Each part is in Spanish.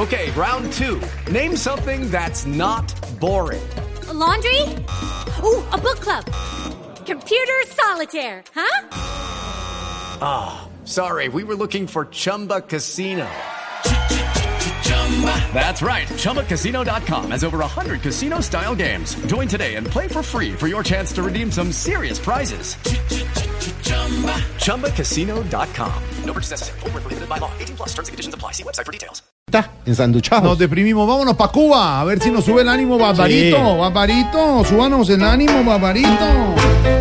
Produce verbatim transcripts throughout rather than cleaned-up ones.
Okay, round two. Name something that's not boring. A laundry? Ooh, a book club. Computer solitaire, huh? Ah, oh, sorry, we were looking for Chumba Casino. That's right, Chumba Casino dot com has over one hundred casino-style games. Join today and play for free for your chance to redeem some serious prizes. Chumba Casino dot com. No purchase necessary. Void where prohibited by law. eighteen plus terms and conditions apply. See website for details. Está ensanduchados. Nos deprimimos, vámonos pa' Cuba, a ver si nos sube el ánimo, Barbarito, sí. Barbarito, súbanos el ánimo, Barbarito.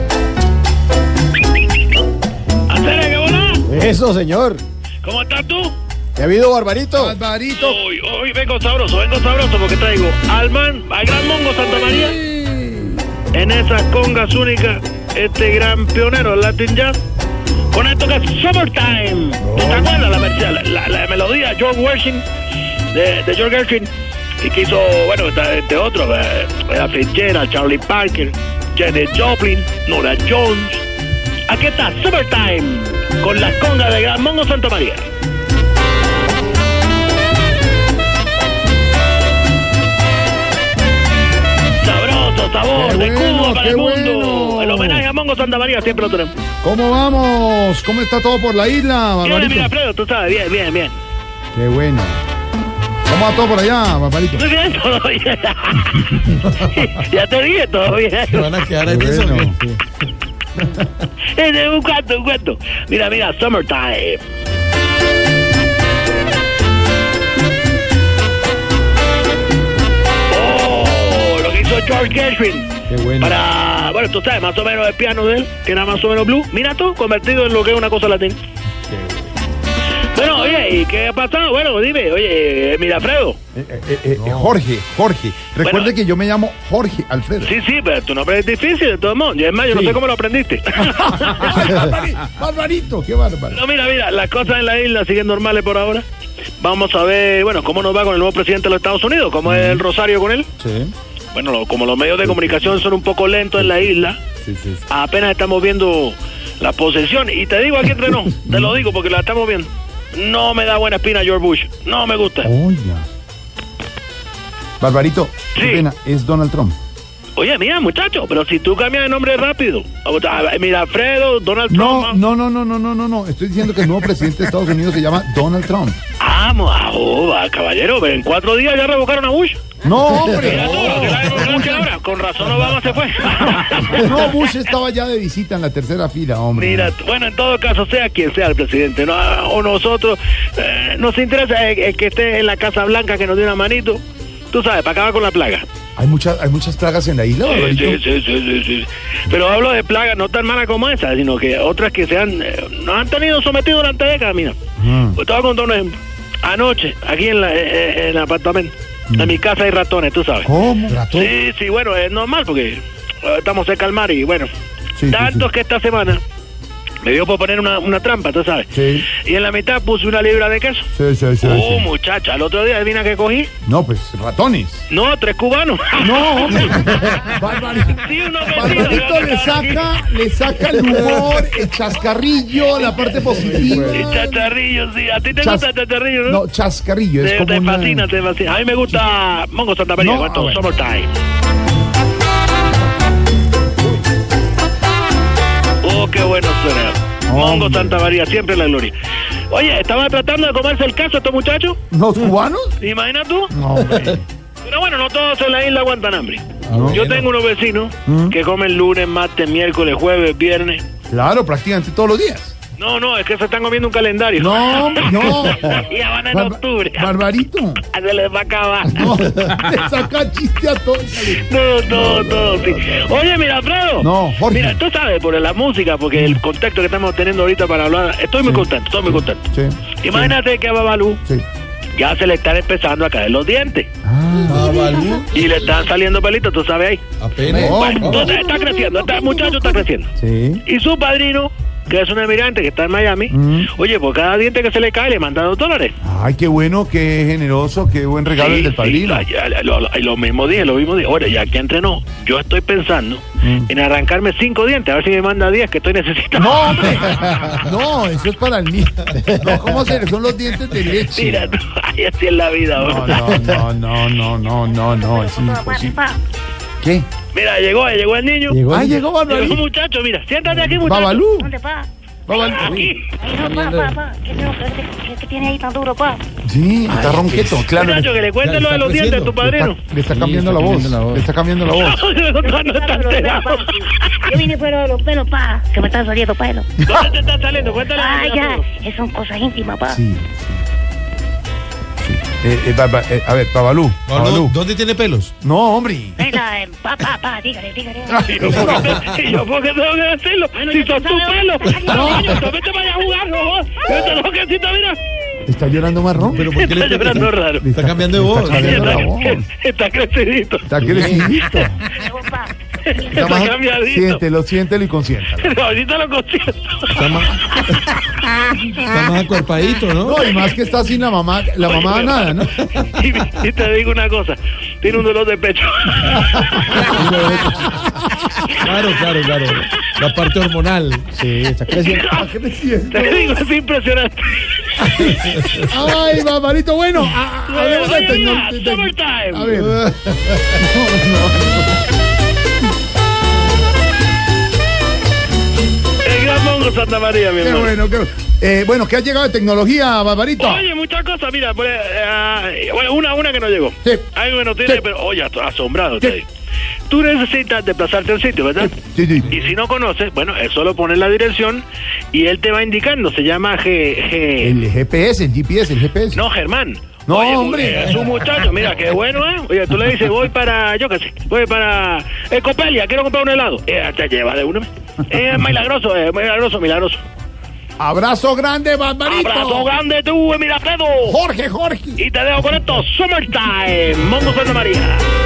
¡Andale, qué bola! Eso, señor. ¿Cómo estás tú? ¿Qué ha habido, Barbarito? Barbarito. Hoy, hoy vengo sabroso, vengo sabroso porque traigo al man, al gran Mongo Santa María. Sí. En esas congas únicas, este gran pionero del Latin Jazz. Con esto que es Summertime. ¿Tú te acuerdas la, la, la, la melodía George Gershwin de, de George Gershwin? Y que hizo, bueno, entre otros, eh, Fitzgerald, Charlie Parker, Janis Joplin, Nora Jones. Aquí está Summertime con las congas de gran Mongo Santa María. Sabroso sabor qué de bueno, Cuba para el mundo. Bueno. El homenaje a Mongo Santa María siempre lo tenemos. ¿Cómo vamos? ¿Cómo está todo por la isla, Barbarito? Bien, mira, Alfredo, tú sabes, bien, bien, bien. Qué bueno. ¿Cómo va todo por allá, Barbarito? Muy bien, todo bien. Ya te dije, todo bien. Se van a quedar Qué en eso. bueno. Es un cuento, un cuento. Mira, mira, Summertime. Oh, lo que hizo George Gershwin. Qué bueno. Para, bueno, tú sabes, más o menos el piano de él, que era más o menos blues. Mira tú, convertido en lo que es una cosa latina. Bueno, oye, ¿y qué ha pasado? Bueno, dime, oye, mira, Alfredo. Eh, eh, eh, no. Jorge, Jorge. Recuerde Bueno, que yo me llamo Jorge Alfredo. Sí, sí, pero tu nombre es difícil de todo modo. Y es más, yo Sí. no sé cómo lo aprendiste. Ay, Barbarito, Barbarito, qué bárbaro. No, mira, mira, las cosas en la isla siguen normales por ahora. Vamos a ver, bueno, cómo nos va con el nuevo presidente de los Estados Unidos, cómo es el Rosario con él. Sí. Bueno, lo- como los medios de comunicación son un poco lentos en la isla, Sí, sí, sí. apenas estamos viendo la posesión. Y te digo aquí entre nos, te lo digo porque la estamos viendo. No me da buena espina George Bush, no me gusta. Oiga. Barbarito, qué Sí. pena, es Donald Trump. Oye, mira, muchacho, pero si tú cambias de nombre rápido. Mira, Alfredo, Donald Trump. No, no, no, no, no, no, no, no. Estoy diciendo que el nuevo presidente de Estados Unidos se llama Donald Trump. Vamos, ah, caballero, pero en cuatro días ya revocaron a Bush. No, hombre. Mira tú, lo que la democracia ahora. Con razón Obama se fue. No, Bush estaba ya de visita en la tercera fila, hombre. Mira, bueno, en todo caso, sea quien sea el presidente, ¿no? O nosotros, eh, nos interesa eh, eh, que esté en la Casa Blanca, que nos dé una manito, tú sabes, para acabar con la plaga. Hay muchas, hay muchas plagas en la isla, Sí, Barbarito. sí, sí, sí, sí, sí. Pero hablo de plagas no tan malas como esa, sino que otras que se han, eh, nos han tenido sometidos durante décadas, mira. Mm. Pues te voy a contar un ejemplo. Anoche, aquí en, la, eh, en el apartamento, en mi casa hay ratones, tú sabes. ¿Cómo? ¿Ratón? Sí, sí, bueno, es normal porque eh, estamos cerca al mar y bueno, Sí, sí, tantos sí. que esta semana me dio por poner una, una trampa, tú sabes. Sí. Y en la mitad puse una libra de queso. Sí, sí, sí, Oh, sí. muchacha, el otro día adivina que cogí. No, pues ratones. No, tres cubanos. No, hombre. Barbarito. Sí, unos vecinos. Barbarito le saca, le saca el humor, el chascarrillo, la parte positiva. Y chacharrillo, sí. A ti te Chas- gusta el chacharrillo, ¿no? No, chascarrillo, es te, como te una- fascina, te fascina. A mí me gusta Mongo Santa María, No, cuánto, ah, bueno. Summertime. Oh, qué bueno suena. Mongo Hombre. Santa María, siempre la gloria. Oye, ¿estaba tratando de comerse el caso estos muchachos? ¿Los cubanos? Imagina tú. No, hombre. Pero bueno, no todos en la isla aguantan hambre. No. Yo tengo unos vecinos ¿Mm? que comen lunes, martes, miércoles, jueves, viernes. Claro, prácticamente todos los días. No, no, es que se están comiendo un calendario. No, hombre, no. Ya van en Barba- octubre. Barbarito. Se les va a acabar. No, le saca chiste a todos. No, no, no, sí. Oye, mira, Alfredo. No, Jorge. Mira, tú sabes, por la música, porque el contexto que estamos teniendo ahorita para hablar, estoy muy Sí. contento, estoy muy contento. Sí. Imagínate que a Babalú Sí. ya se le están empezando a caer los dientes. Ah, Babalú, Y le están saliendo pelitos, tú sabes ahí. apenas. No. Bueno, entonces está creciendo, este muchacho está creciendo. sí. Y su padrino que es un emigrante que está en Miami. Mm. Oye, por cada diente que se le cae le mandan dos dólares. Ay, qué bueno, qué generoso, qué buen regalo el del padrino. Sí, la- la- lo, lo- y lo mismo dije, lo mismo dije. Ahora, ya que entrenó, yo estoy pensando Mm. en arrancarme cinco dientes, a ver si me manda diez que estoy necesitando. No, hombre, no, eso es para el niño. No, ¿cómo hacer? Son los dientes de leche. Mira, tú, ay, así es la vida. No, ¿verdad? no, no, no, no, no, no, es imposible. ¿Qué? Mira, llegó, llegó el niño. Llegó Ah, el- llegó Llegó un Barbarito. muchacho, mira, siéntate aquí, muchacho. Babalú. ¿Dónde, pa? Babalú. Aquí. Ay, no, pa, pa, pa. ¿Qué, tengo que- qué- qué tiene ahí tan duro, pa? Sí, está ronqueto, claro. Muchacho, que le cuente lo de los dientes a tu Le padrino. está, le está cambiando la voz. Le está cambiando la voz. No, no, no está enterado. Yo vine por los pelos, pa, que me están saliendo pelos. ¿Dónde te está saliendo? Cuéntale. Ay, ya, esas son cosas íntimas, pa. Sí. Eh, eh, ba- ba- eh, a ver, Babalú. Babalú. ¿Dónde tiene pelos? No, hombre. Venga, eh, pa, pa, pa, dígale, dígale. ¿Y yo por qué, y yo por qué tengo que decirlo? Si son tus pelos. No, niño, también te vayas a jugar, no. Yo te lo que sí, mira. Está llorando marrón. ¿Pero por qué le Está llorando raro. Le Está cambiando de le voz. Está cambiando la voz. Está, está crecidito. Está crecidito. Pa. Está más- cambiadito. Siéntelo, siéntelo y consiéntalo. No, ahorita lo consiento. Está más, está más acuerpadito, ¿no? No, y más que está sin la mamá, la mamá nada, ¿no? Y, y te digo una cosa, tiene un dolor de pecho. Claro, claro, claro. La parte hormonal. Sí, está creciendo. ¿Qué me siento? Te digo, es impresionante. Ay, Barbarito, bueno, a- a- hablemos de Oye, tecno- mira, de tec- summertime. A ver. No, no. El gran Mongo Santa María, mi Qué hermano. bueno, qué bueno. Eh, bueno, ¿qué ha llegado de tecnología, Barbarito? Oye, muchas cosas, mira, pues, eh, bueno, una, una que no llegó. Sí. Hay una noticia, Sí. pero oye, estoy asombrado. Sí. te digo. Tú necesitas desplazarte a un sitio, ¿verdad? Sí, sí. Y si no conoces, bueno, es solo poner la dirección y él te va indicando. Se llama G... G... El G P S, el G P S, el G P S. No, Germán. No, Oye, hombre. Es un muchacho, mira, qué bueno, ¿eh? Oye, tú le dices, voy para, yo qué sé, voy para Ecopelia, quiero comprar un helado. Eh, te lleva de una. Es milagroso, es milagroso, milagroso. Abrazo grande, Barbarito. Abrazo grande tú, Emiratedo. Jorge, Jorge. Y te dejo con esto, Summertime, Mongo Santa María.